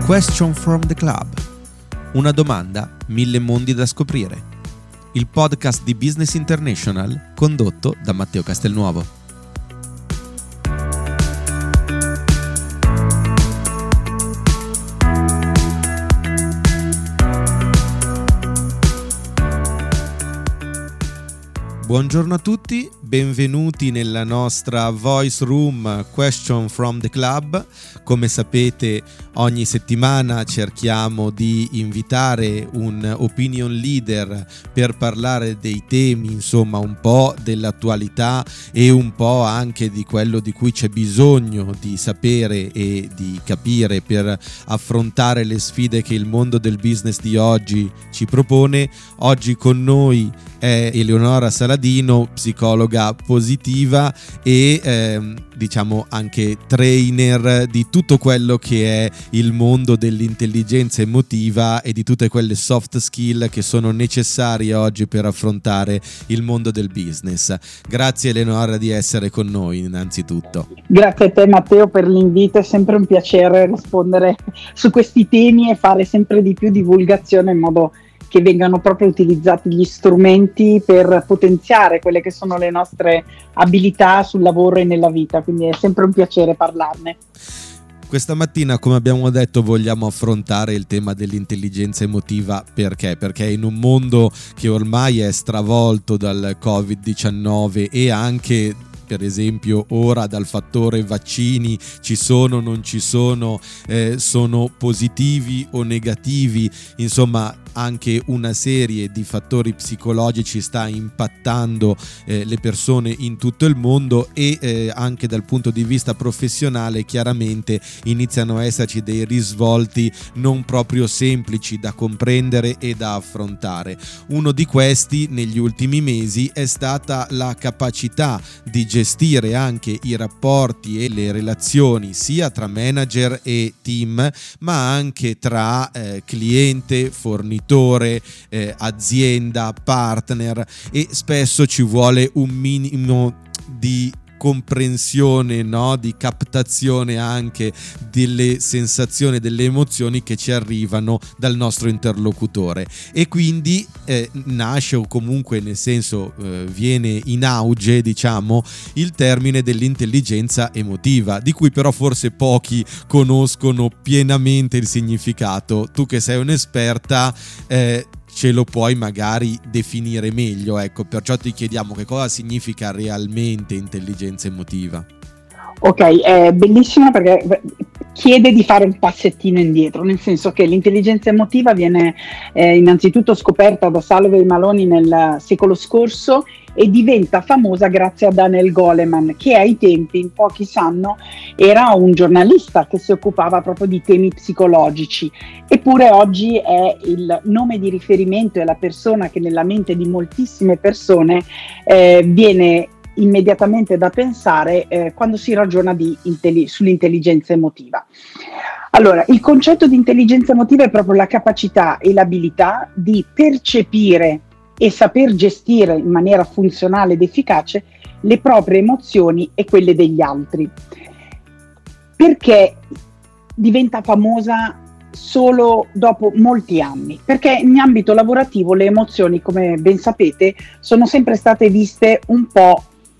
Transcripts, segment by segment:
Question from the Club. Una domanda, 1000 mondi da scoprire. Il podcast di Business International condotto da Matteo Castelnuovo. Buongiorno a tutti, benvenuti nella nostra Voice Room Question from the Club. Come sapete, ogni settimana cerchiamo di invitare un opinion leader per parlare dei temi, insomma un po' dell'attualità e un po' anche di quello di cui c'è bisogno di sapere e di capire per affrontare le sfide che il mondo del business di oggi ci propone. Oggi con noi è Eleonora Saladino, psicologa positiva e diciamo anche trainer di tutto quello che è il mondo dell'intelligenza emotiva e di tutte quelle soft skill che sono necessarie oggi per affrontare il mondo del business. Grazie Eleonora di essere con noi innanzitutto. Grazie a te Matteo per l'invito, è sempre un piacere rispondere su questi temi e fare sempre di più divulgazione in modo che vengano proprio utilizzati gli strumenti per potenziare quelle che sono le nostre abilità sul lavoro e nella vita, quindi è sempre un piacere parlarne. Questa mattina, come abbiamo detto, vogliamo affrontare il tema dell'intelligenza emotiva. Perché? Perché in un mondo che ormai è stravolto dal Covid-19 e anche per esempio ora dal fattore vaccini, ci sono, non ci sono, sono positivi o negativi, insomma anche una serie di fattori psicologici sta impattando le persone in tutto il mondo e anche dal punto di vista professionale chiaramente iniziano a esserci dei risvolti non proprio semplici da comprendere e da affrontare. Uno di questi negli ultimi mesi è stata la capacità di gestire anche i rapporti e le relazioni sia tra manager e team, ma anche tra cliente, fornitore, azienda, partner, e spesso ci vuole un minimo di comprensione, no? Di captazione anche delle sensazioni, delle emozioni che ci arrivano dal nostro interlocutore, e quindi nasce, o comunque nel senso viene in auge, diciamo, il termine dell'intelligenza emotiva, di cui però forse pochi conoscono pienamente il significato. Tu che sei un'esperta ce lo puoi magari definire meglio, ecco, perciò ti chiediamo che cosa significa realmente intelligenza emotiva. Ok, è bellissimo perché chiede di fare un passettino indietro, nel senso che l'intelligenza emotiva viene innanzitutto scoperta da Salovey Maloney nel secolo scorso e diventa famosa grazie a Daniel Goleman, che ai tempi, in pochi sanno, era un giornalista che si occupava proprio di temi psicologici, eppure oggi è il nome di riferimento e la persona che nella mente di moltissime persone viene immediatamente da pensare quando si ragiona sull'intelligenza emotiva. Allora, il concetto di intelligenza emotiva è proprio la capacità e l'abilità di percepire e saper gestire in maniera funzionale ed efficace le proprie emozioni e quelle degli altri. Perché diventa famosa solo dopo molti anni? Perché in ambito lavorativo le emozioni, come ben sapete, sono sempre state viste un po'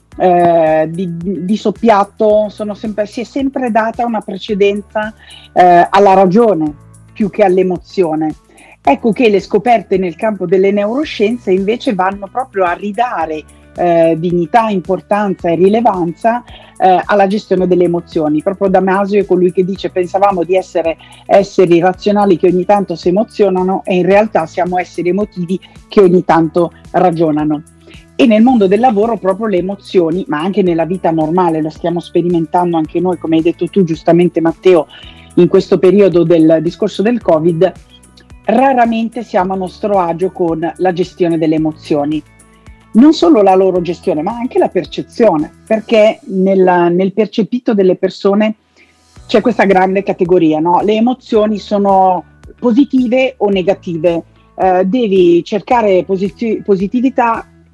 di soppiatto, si è sempre data una precedenza alla ragione più che all'emozione. Ecco che le scoperte nel campo delle neuroscienze invece vanno proprio a ridare dignità, importanza e rilevanza alla gestione delle emozioni. Proprio Damasio è colui che dice: pensavamo di essere esseri razionali che ogni tanto si emozionano e in realtà siamo esseri emotivi che ogni tanto ragionano. E nel mondo del lavoro proprio le emozioni, ma anche nella vita normale, lo stiamo sperimentando anche noi, come hai detto tu giustamente Matteo, in questo periodo del discorso del Covid, raramente siamo a nostro agio con la gestione delle emozioni. Non solo la loro gestione, ma anche la percezione, perché nel percepito delle persone c'è questa grande categoria, no? Le emozioni sono positive o negative, devi cercare positività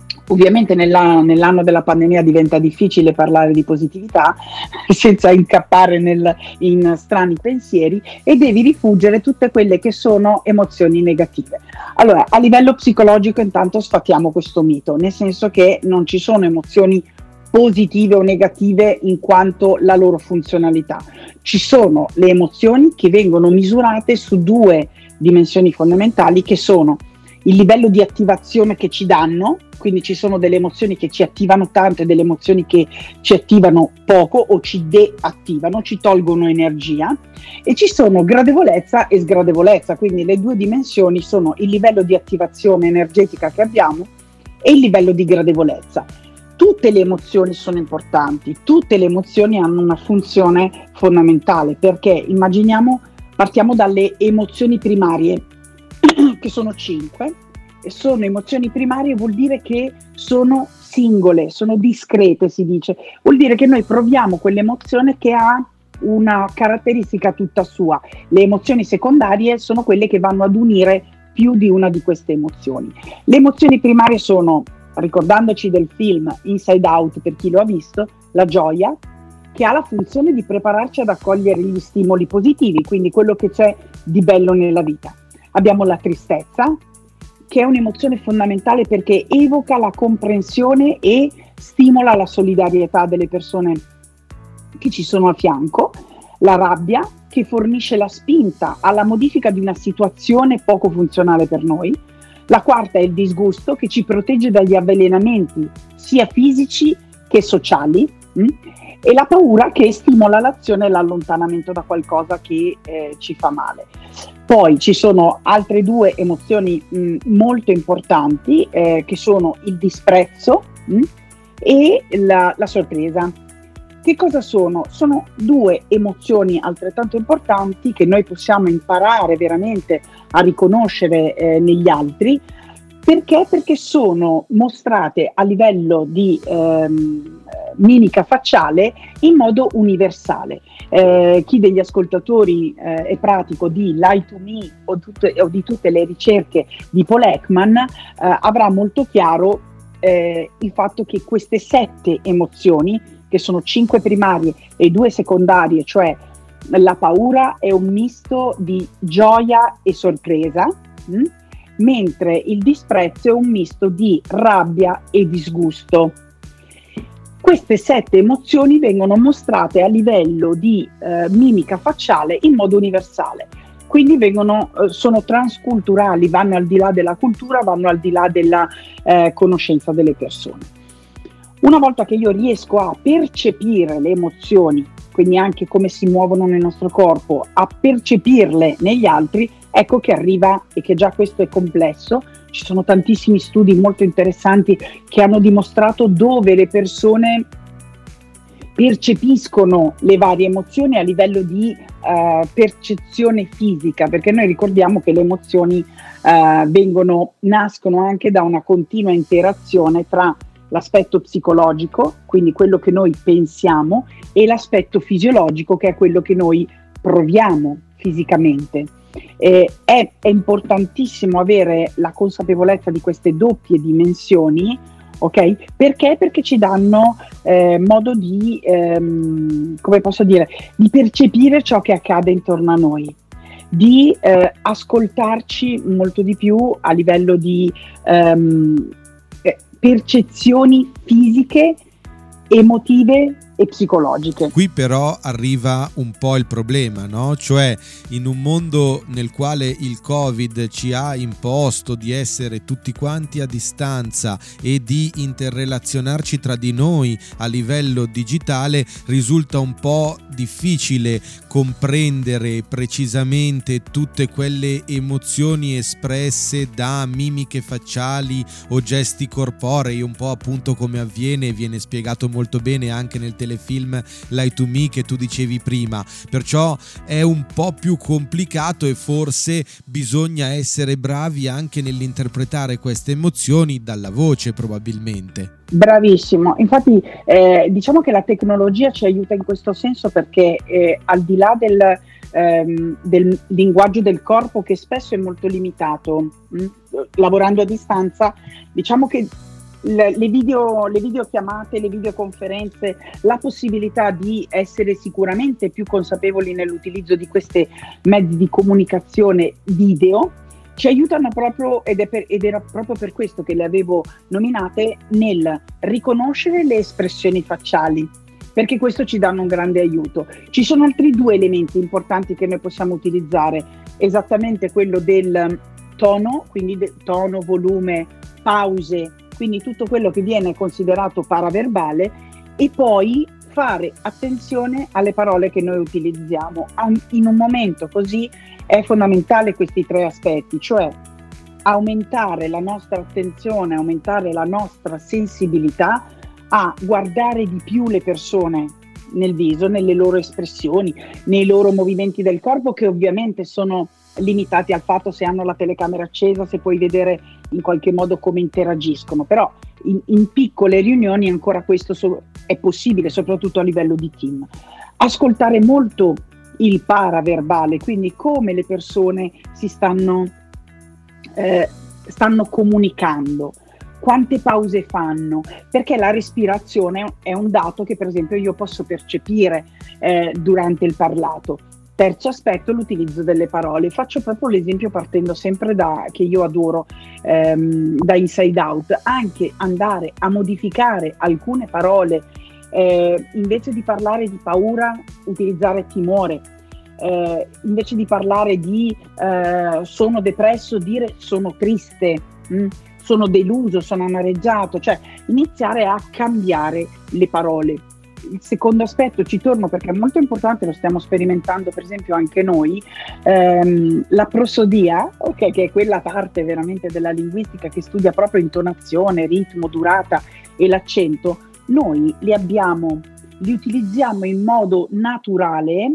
Ovviamente nell'anno della pandemia diventa difficile parlare di positività senza incappare in strani pensieri, e devi rifuggire tutte quelle che sono emozioni negative. Allora, a livello psicologico intanto sfatiamo questo mito, nel senso che non ci sono emozioni positive o negative in quanto la loro funzionalità. Ci sono le emozioni che vengono misurate su due dimensioni fondamentali, che sono il livello di attivazione che ci danno, quindi ci sono delle emozioni che ci attivano tanto e delle emozioni che ci attivano poco o ci deattivano, ci tolgono energia, e ci sono gradevolezza e sgradevolezza, quindi le due dimensioni sono il livello di attivazione energetica che abbiamo e il livello di gradevolezza. Tutte le emozioni sono importanti, tutte le emozioni hanno una funzione fondamentale, perché partiamo dalle emozioni primarie, che sono 5, e sono emozioni primarie, vuol dire che sono singole, sono discrete, si dice, vuol dire che noi proviamo quell'emozione che ha una caratteristica tutta sua. Le emozioni secondarie sono quelle che vanno ad unire più di una di queste emozioni. Le emozioni primarie sono, ricordandoci del film Inside Out per chi lo ha visto, la gioia, che ha la funzione di prepararci ad accogliere gli stimoli positivi, quindi quello che c'è di bello nella vita. Abbiamo la tristezza, che è un'emozione fondamentale perché evoca la comprensione e stimola la solidarietà delle persone che ci sono a fianco. La rabbia, che fornisce la spinta alla modifica di una situazione poco funzionale per noi. La quarta è il disgusto, che ci protegge dagli avvelenamenti sia fisici che sociali. E la paura, che stimola l'azione e l'allontanamento da qualcosa che ci fa male. Poi ci sono altre due emozioni molto importanti, che sono il disprezzo e la sorpresa. Che cosa sono? Sono due emozioni altrettanto importanti che noi possiamo imparare veramente a riconoscere negli altri. Perché? Perché sono mostrate a livello di mimica facciale in modo universale. Chi degli ascoltatori è pratico di Lie to Me o di tutte le ricerche di Paul Ekman avrà molto chiaro il fatto che queste 7 emozioni, che sono 5 primarie e 2 secondarie, cioè la paura è un misto di gioia e sorpresa, mentre il disprezzo è un misto di rabbia e disgusto. Queste 7 emozioni vengono mostrate a livello di mimica facciale in modo universale, quindi sono transculturali, vanno al di là della cultura, vanno al di là della conoscenza delle persone. Una volta che io riesco a percepire le emozioni, quindi anche come si muovono nel nostro corpo, a percepirle negli altri, ecco che arriva, e che già questo è complesso. Ci sono tantissimi studi molto interessanti che hanno dimostrato dove le persone percepiscono le varie emozioni a livello di percezione fisica, perché noi ricordiamo che le emozioni nascono anche da una continua interazione tra l'aspetto psicologico, quindi quello che noi pensiamo, e l'aspetto fisiologico, che è quello che noi proviamo fisicamente. È importantissimo avere la consapevolezza di queste doppie dimensioni, ok? Perché? Perché ci danno modo di, come posso dire, di percepire ciò che accade intorno a noi, di ascoltarci molto di più a livello di percezioni fisiche, emotive e psicologiche. Qui però arriva un po' il problema, no? Cioè, in un mondo nel quale il Covid ci ha imposto di essere tutti quanti a distanza e di interrelazionarci tra di noi a livello digitale, risulta un po' difficile comprendere precisamente tutte quelle emozioni espresse da mimiche facciali o gesti corporei, un po' appunto come viene spiegato molto bene anche nel telefilm Lie to Me che tu dicevi prima. Perciò è un po' più complicato e forse bisogna essere bravi anche nell'interpretare queste emozioni dalla voce, probabilmente. Bravissimo, infatti diciamo che la tecnologia ci aiuta in questo senso, perché al di là del linguaggio del corpo, che spesso è molto limitato, lavorando a distanza, diciamo che le videochiamate, le videoconferenze, la possibilità di essere sicuramente più consapevoli nell'utilizzo di questi mezzi di comunicazione video ci aiutano proprio, ed era proprio per questo che le avevo nominate, nel riconoscere le espressioni facciali, perché questo ci danno un grande aiuto. Ci sono altri due elementi importanti che noi possiamo utilizzare, esattamente quello del tono, quindi tono, volume, pause, quindi tutto quello che viene considerato paraverbale, e poi fare attenzione alle parole che noi utilizziamo. In un momento così è fondamentale questi tre aspetti, cioè aumentare la nostra attenzione, aumentare la nostra sensibilità a guardare di più le persone nel viso, nelle loro espressioni, nei loro movimenti del corpo, che ovviamente sono limitati al fatto se hanno la telecamera accesa, se puoi vedere in qualche modo come interagiscono, però in piccole riunioni ancora questo è possibile, soprattutto a livello di team. Ascoltare molto il paraverbale, quindi come le persone si stanno comunicando, quante pause fanno, perché la respirazione è un dato che per esempio io posso percepire durante il parlato. Terzo aspetto, l'utilizzo delle parole. Faccio proprio l'esempio partendo sempre che io adoro, da Inside Out, anche andare a modificare alcune parole, invece di parlare di paura, utilizzare timore, invece di parlare di sono depresso, dire sono triste, sono deluso, sono amareggiato, cioè iniziare a cambiare le parole. Il secondo aspetto, ci torno perché è molto importante, lo stiamo sperimentando per esempio anche noi, la prosodia, okay, che è quella parte veramente della linguistica che studia proprio intonazione, ritmo, durata e l'accento. Noi li utilizziamo in modo naturale.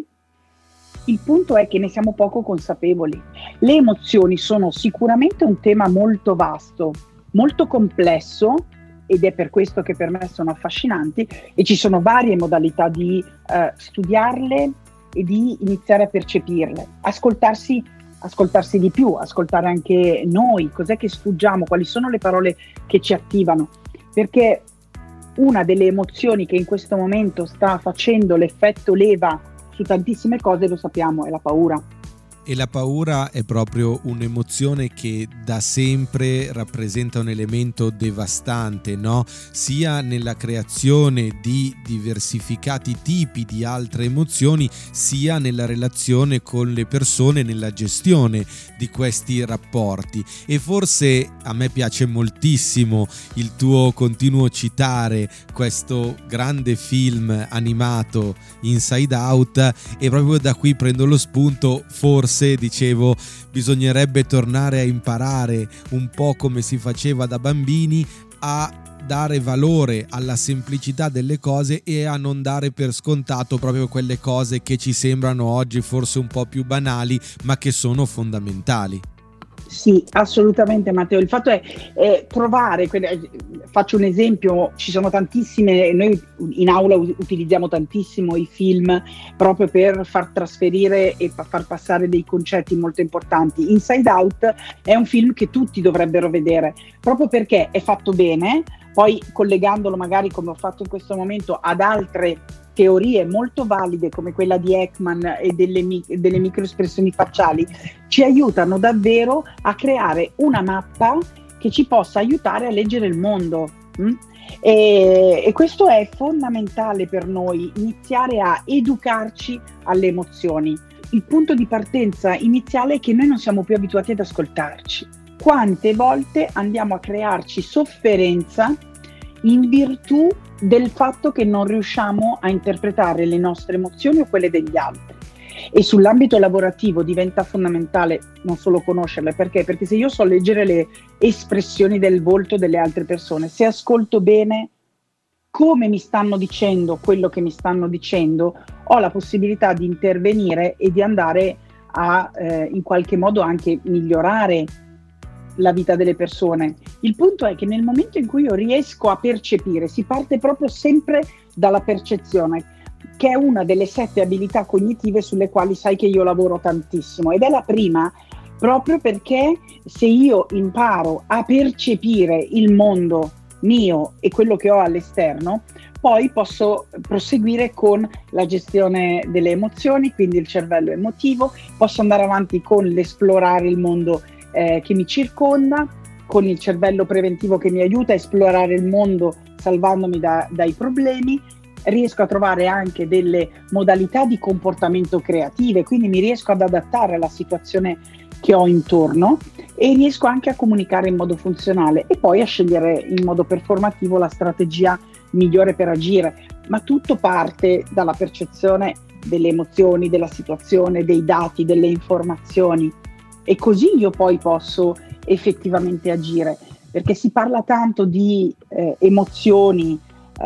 Il punto è che ne siamo poco consapevoli. Le emozioni sono sicuramente un tema molto vasto, molto complesso, ed è per questo che per me sono affascinanti, e ci sono varie modalità di studiarle e di iniziare a percepirle, ascoltarsi di più, ascoltare anche noi, cos'è che sfuggiamo, quali sono le parole che ci attivano, perché una delle emozioni che in questo momento sta facendo l'effetto leva su tantissime cose, lo sappiamo, è la paura. E la paura è proprio un'emozione che da sempre rappresenta un elemento devastante, no? Sia nella creazione di diversificati tipi di altre emozioni, sia nella relazione con le persone, nella gestione di questi rapporti. E forse a me piace moltissimo il tuo continuo citare questo grande film animato Inside Out, e proprio da qui prendo lo spunto. Forse dicevo, bisognerebbe tornare a imparare un po' come si faceva da bambini, a dare valore alla semplicità delle cose e a non dare per scontato proprio quelle cose che ci sembrano oggi forse un po' più banali, ma che sono fondamentali. Sì, assolutamente Matteo, il fatto è trovare, faccio un esempio, ci sono tantissime, noi in aula utilizziamo tantissimo i film proprio per far trasferire e far passare dei concetti molto importanti. Inside Out è un film che tutti dovrebbero vedere, proprio perché è fatto bene, poi collegandolo magari come ho fatto in questo momento ad altre teorie molto valide come quella di Ekman e delle microespressioni facciali, ci aiutano davvero a creare una mappa che ci possa aiutare a leggere il mondo. E questo è fondamentale per noi, iniziare a educarci alle emozioni. Il punto di partenza iniziale è che noi non siamo più abituati ad ascoltarci. Quante volte andiamo a crearci sofferenza in virtù del fatto che non riusciamo a interpretare le nostre emozioni o quelle degli altri. E sull'ambito lavorativo diventa fondamentale non solo conoscerle, perché se io so leggere le espressioni del volto delle altre persone, se ascolto bene come mi stanno dicendo quello che mi stanno dicendo, ho la possibilità di intervenire e di andare a in qualche modo anche migliorare la vita delle persone. Il punto è che nel momento in cui io riesco a percepire, si parte proprio sempre dalla percezione, che è una delle 7 abilità cognitive sulle quali sai che io lavoro tantissimo, ed è la prima proprio perché se io imparo a percepire il mondo mio e quello che ho all'esterno, poi posso proseguire con la gestione delle emozioni, quindi il cervello emotivo, posso andare avanti con l'esplorare il mondo che mi circonda, con il cervello preventivo che mi aiuta a esplorare il mondo salvandomi dai problemi. Riesco a trovare anche delle modalità di comportamento creative, quindi mi riesco ad adattare alla situazione che ho intorno e riesco anche a comunicare in modo funzionale e poi a scegliere in modo performativo la strategia migliore per agire. Ma tutto parte dalla percezione delle emozioni, della situazione, dei dati, delle informazioni, e così io poi posso effettivamente agire, perché si parla tanto di emozioni,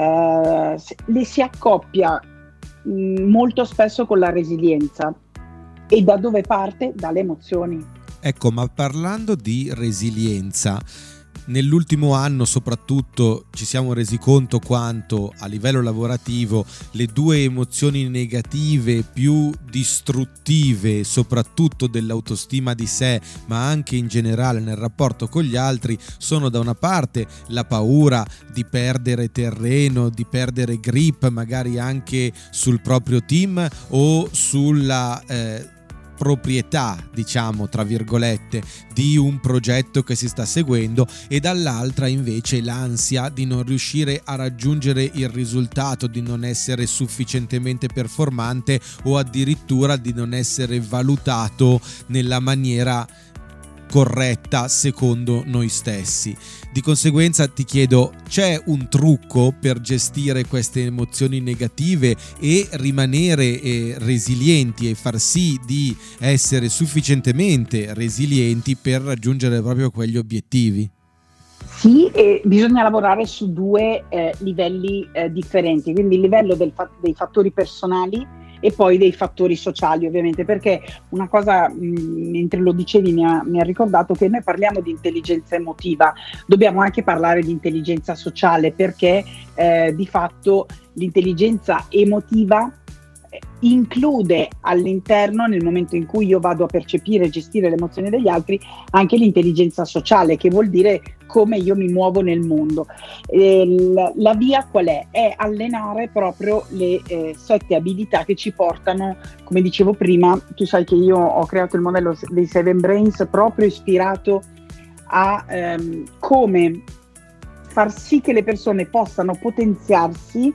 le si accoppia molto spesso con la resilienza, e da dove parte? Dalle emozioni. Ecco, ma parlando di resilienza, nell'ultimo anno soprattutto ci siamo resi conto quanto a livello lavorativo le due emozioni negative più distruttive, soprattutto dell'autostima di sé, ma anche in generale nel rapporto con gli altri, sono da una parte la paura di perdere terreno, di perdere grip magari anche sul proprio team o sulla proprietà, diciamo tra virgolette, di un progetto che si sta seguendo, e dall'altra invece l'ansia di non riuscire a raggiungere il risultato, di non essere sufficientemente performante o addirittura di non essere valutato nella maniera corretta secondo noi stessi. Di conseguenza ti chiedo, c'è un trucco per gestire queste emozioni negative e rimanere resilienti e far sì di essere sufficientemente resilienti per raggiungere proprio quegli obiettivi? Sì, e bisogna lavorare su due livelli differenti, quindi il livello dei fattori personali e poi dei fattori sociali, ovviamente, perché una cosa, mentre lo dicevi, mi ha ricordato che noi parliamo di intelligenza emotiva, dobbiamo anche parlare di intelligenza sociale, perché di fatto l'intelligenza emotiva include all'interno, nel momento in cui io vado a percepire e gestire le emozioni degli altri, anche l'intelligenza sociale, che vuol dire come io mi muovo nel mondo. La via qual è? È allenare proprio le 7 abilità che ci portano, come dicevo prima, tu sai che io ho creato il modello dei 7 Brains proprio ispirato a come far sì che le persone possano potenziarsi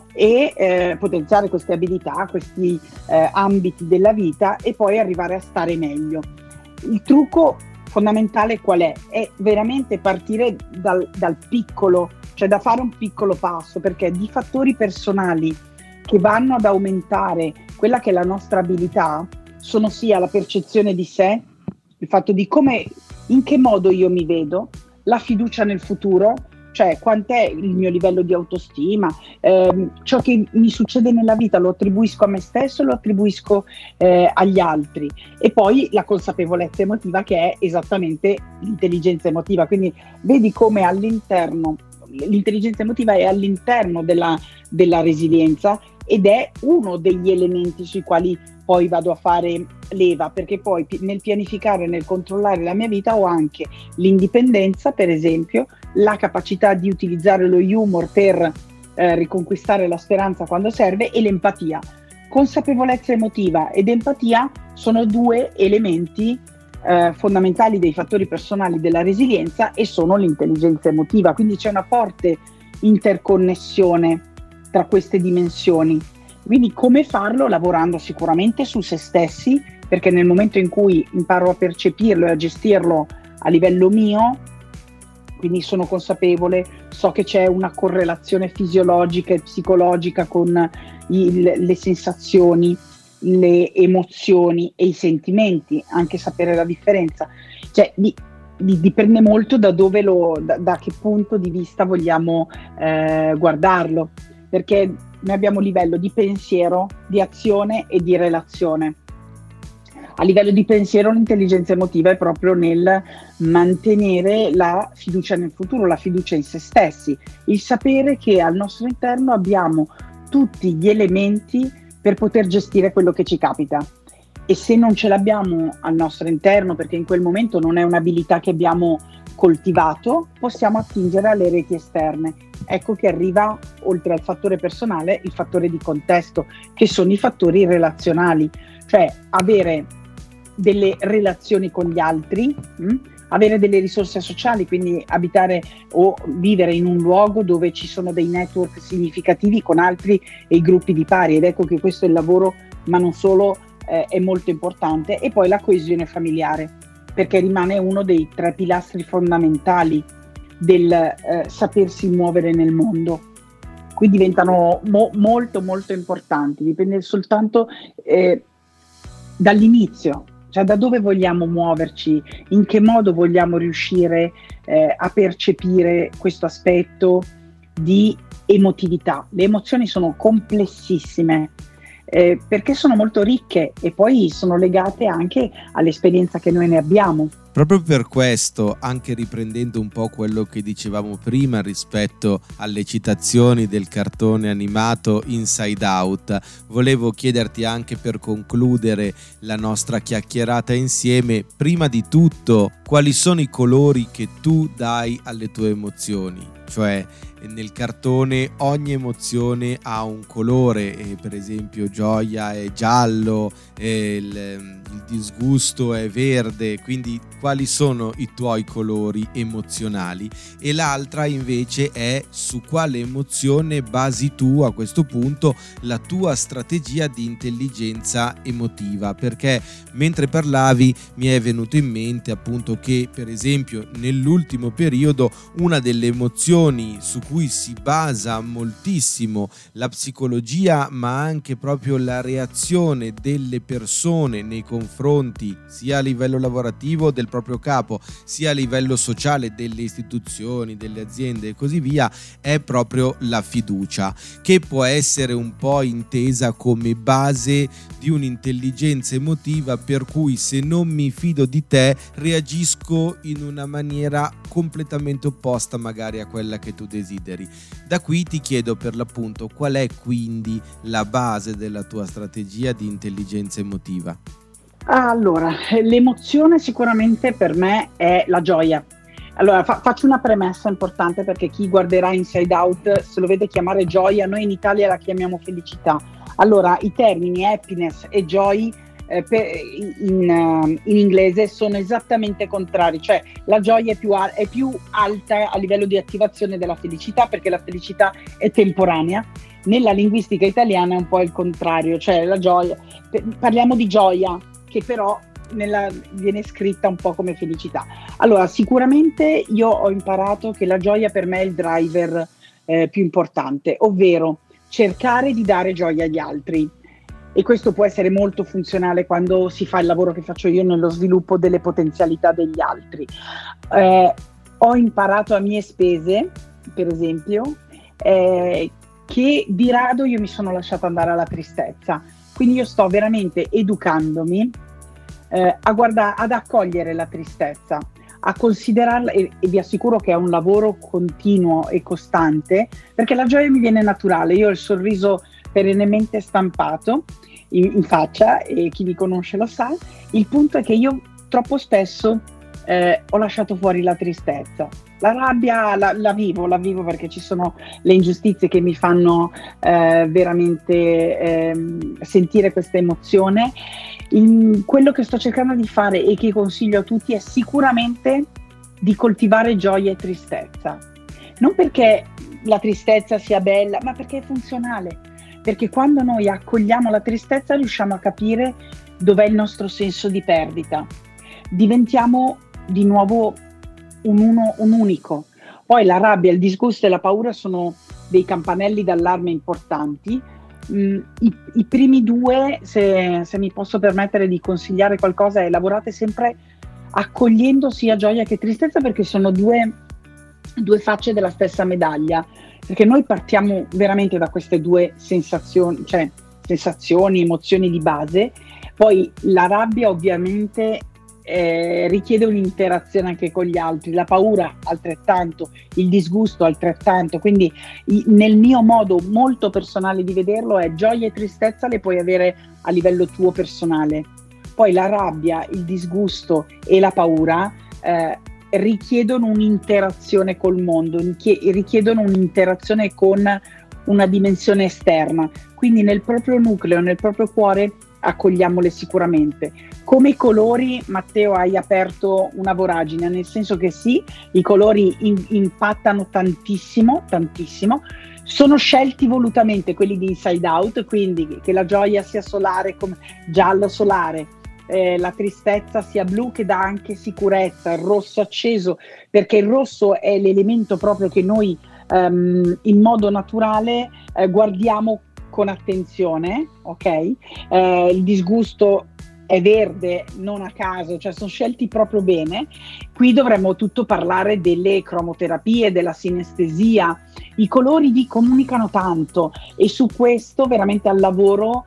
e potenziare queste abilità, questi ambiti della vita, e poi arrivare a stare meglio. Il trucco fondamentale qual è? È veramente partire dal piccolo, cioè da fare un piccolo passo, perché di fattori personali che vanno ad aumentare quella che è la nostra abilità sono sia la percezione di sé, il fatto di come, in che modo io mi vedo, la fiducia nel futuro, cioè quant'è il mio livello di autostima, ciò che mi succede nella vita lo attribuisco a me stesso, lo attribuisco agli altri, e poi la consapevolezza emotiva, che è esattamente l'intelligenza emotiva. Quindi vedi come all'interno, l'intelligenza emotiva è all'interno della resilienza, ed è uno degli elementi sui quali poi vado a fare leva, perché poi nel pianificare, nel controllare la mia vita ho anche l'indipendenza, per esempio, la capacità di utilizzare lo humor per riconquistare la speranza quando serve, e l'empatia. Consapevolezza emotiva ed empatia sono due elementi fondamentali dei fattori personali della resilienza, e sono l'intelligenza emotiva, quindi c'è una forte interconnessione tra queste dimensioni. Quindi come farlo? Lavorando sicuramente su se stessi, perché nel momento in cui imparo a percepirlo e a gestirlo a livello mio, quindi sono consapevole, so che c'è una correlazione fisiologica e psicologica con le sensazioni, le emozioni e i sentimenti, anche sapere la differenza. Cioè dipende molto da dove da che punto di vista vogliamo guardarlo, perché noi abbiamo livello di pensiero, di azione e di relazione. A livello di pensiero, l'intelligenza emotiva è proprio nel mantenere la fiducia nel futuro, la fiducia in se stessi, il sapere che al nostro interno abbiamo tutti gli elementi per poter gestire quello che ci capita. E se non ce l'abbiamo al nostro interno, perché in quel momento non è un'abilità che abbiamo coltivato, possiamo attingere alle reti esterne. Ecco che arriva, oltre al fattore personale, il fattore di contesto, che sono i fattori relazionali, cioè avere delle relazioni con gli altri, avere delle risorse sociali, quindi abitare o vivere in un luogo dove ci sono dei network significativi con altri e gruppi di pari, ed ecco che questo è il lavoro, ma non solo, è molto importante. E poi la coesione familiare, perché rimane uno dei 3 pilastri fondamentali del sapersi muovere nel mondo. Qui diventano molto molto importanti, dipende soltanto dall'inizio, cioè da dove vogliamo muoverci, in che modo vogliamo riuscire a percepire questo aspetto di emotività. Le emozioni sono complessissime, perché sono molto ricche e poi sono legate anche all'esperienza che noi ne abbiamo. Proprio per questo, anche riprendendo un po' quello che dicevamo prima rispetto alle citazioni del cartone animato Inside Out, volevo chiederti, anche per concludere la nostra chiacchierata insieme, prima di tutto, quali sono i colori che tu dai alle tue emozioni? Cioè, nel cartone ogni emozione ha un colore, per esempio gioia è giallo, il disgusto è verde, quindi quali sono i tuoi colori emozionali? E l'altra invece è su quale emozione basi tu a questo punto la tua strategia di intelligenza emotiva, perché mentre parlavi mi è venuto in mente appunto che per esempio nell'ultimo periodo una delle emozioni su cui si basa moltissimo la psicologia, ma anche proprio la reazione delle persone nei confronti sia a livello lavorativo del proprio capo, sia a livello sociale delle istituzioni, delle aziende e così via, è proprio la fiducia, che può essere un po' intesa come base di un'intelligenza emotiva, per cui se non mi fido di te reagisco in una maniera completamente opposta magari a quella che tu desideri. Da qui ti chiedo per l'appunto qual è quindi la base della tua strategia di intelligenza emotiva? Allora, l'emozione sicuramente per me è la gioia. Allora, faccio una premessa importante, perché chi guarderà Inside Out se lo vede chiamare gioia, noi in Italia la chiamiamo felicità. Allora, i termini happiness e joy in inglese sono esattamente contrari, cioè la gioia è più alta a livello di attivazione della felicità, perché la felicità è temporanea. Nella linguistica italiana è un po' il contrario, cioè la gioia, parliamo di gioia che però viene scritta un po' come felicità. Allora, sicuramente io ho imparato che la gioia per me è il driver più importante, ovvero cercare di dare gioia agli altri. E questo può essere molto funzionale quando si fa il lavoro che faccio io nello sviluppo delle potenzialità degli altri. Ho imparato a mie spese, per esempio, che di rado io mi sono lasciata andare alla tristezza. Quindi io sto veramente educandomi ad accogliere la tristezza, a considerarla, e vi assicuro che è un lavoro continuo e costante, perché la gioia mi viene naturale. Io ho il sorriso perennemente stampato in faccia, e chi mi conosce lo sa. Il punto è che io troppo spesso ho lasciato fuori la tristezza. La rabbia la vivo perché ci sono le ingiustizie che mi fanno veramente sentire questa emozione. Quello che sto cercando di fare e che consiglio a tutti è sicuramente di coltivare gioia e tristezza. Non perché la tristezza sia bella, ma perché è funzionale. Perché quando noi accogliamo la tristezza riusciamo a capire dov'è il nostro senso di perdita. Diventiamo di nuovo un unico. Poi la rabbia, il disgusto e la paura sono dei campanelli d'allarme importanti. I primi due, se mi posso permettere di consigliare qualcosa, è: lavorate sempre accogliendo sia gioia che tristezza, perché sono due facce della stessa medaglia. Perché noi partiamo veramente da queste due sensazioni, emozioni di base. Poi la rabbia ovviamente richiede un'interazione anche con gli altri, la paura altrettanto, il disgusto altrettanto. Quindi nel mio modo molto personale di vederlo è: gioia e tristezza le puoi avere a livello tuo personale, poi la rabbia, il disgusto e la paura richiedono un'interazione col mondo, richiedono un'interazione con una dimensione esterna, quindi nel proprio nucleo, nel proprio cuore accogliamole sicuramente. Come i colori, Matteo, hai aperto una voragine, nel senso che sì, i colori impattano tantissimo, sono scelti volutamente quelli di Inside Out, quindi che la gioia sia solare come giallo solare, la tristezza sia blu, che dà anche sicurezza, il rosso acceso, perché il rosso è l'elemento proprio che noi in modo naturale guardiamo con attenzione, ok? Il disgusto è verde, non a caso, cioè sono scelti proprio bene. Qui dovremmo tutto parlare delle cromoterapie, della sinestesia. I colori vi comunicano tanto e su questo veramente al lavoro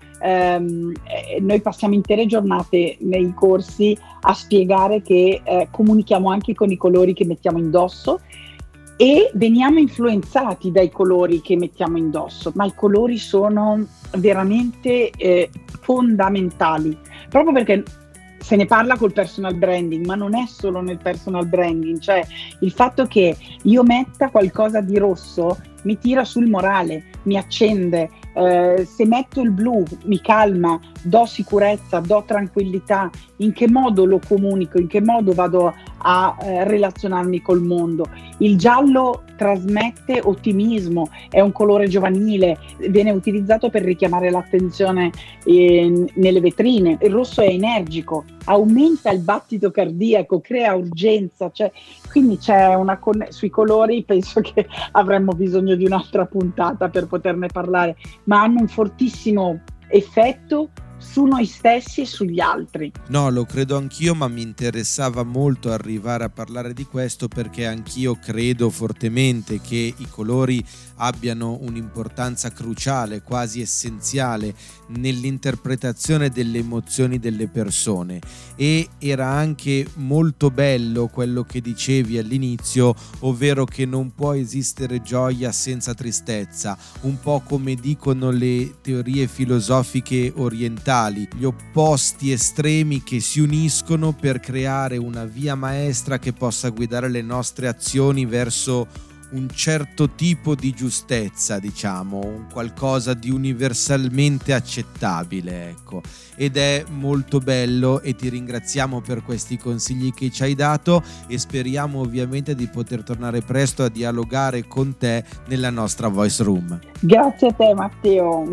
noi passiamo intere giornate nei corsi a spiegare che comunichiamo anche con i colori che mettiamo indosso e veniamo influenzati dai colori che mettiamo indosso, ma i colori sono veramente fondamentali, proprio perché se ne parla col personal branding, ma non è solo nel personal branding, cioè il fatto che io metta qualcosa di rosso mi tira sul morale, mi accende, se metto il blu mi calma, do sicurezza, do tranquillità. In che modo lo comunico, in che modo vado a relazionarmi col mondo? Il giallo trasmette ottimismo, è un colore giovanile, viene utilizzato per richiamare l'attenzione nelle vetrine. Il rosso è energico, aumenta il battito cardiaco, crea urgenza, cioè, quindi c'è sui colori penso che avremmo bisogno di un'altra puntata per poterne parlare, ma hanno un fortissimo effetto su noi stessi e sugli altri. No, lo credo anch'io, ma mi interessava molto arrivare a parlare di questo perché anch'io credo fortemente che i colori abbiano un'importanza cruciale, quasi essenziale nell'interpretazione delle emozioni delle persone, e era anche molto bello quello che dicevi all'inizio, ovvero che non può esistere gioia senza tristezza, un po' come dicono le teorie filosofiche orientali, gli opposti estremi che si uniscono per creare una via maestra che possa guidare le nostre azioni verso un certo tipo di giustezza, diciamo, un qualcosa di universalmente accettabile, ecco. Ed è molto bello e ti ringraziamo per questi consigli che ci hai dato e speriamo ovviamente di poter tornare presto a dialogare con te nella nostra Voice Room. Grazie a te, Matteo.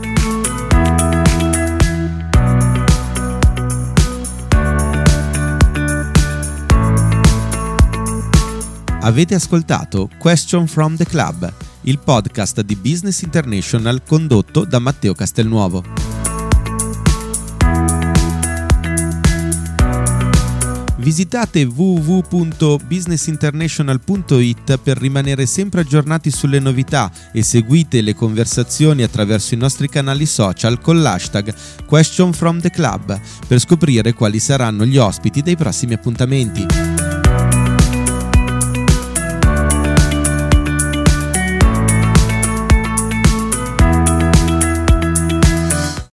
Avete ascoltato Question from the Club, il podcast di Business International condotto da Matteo Castelnuovo. Visitate www.businessinternational.it per rimanere sempre aggiornati sulle novità e seguite le conversazioni attraverso i nostri canali social con l'hashtag Question from the Club per scoprire quali saranno gli ospiti dei prossimi appuntamenti.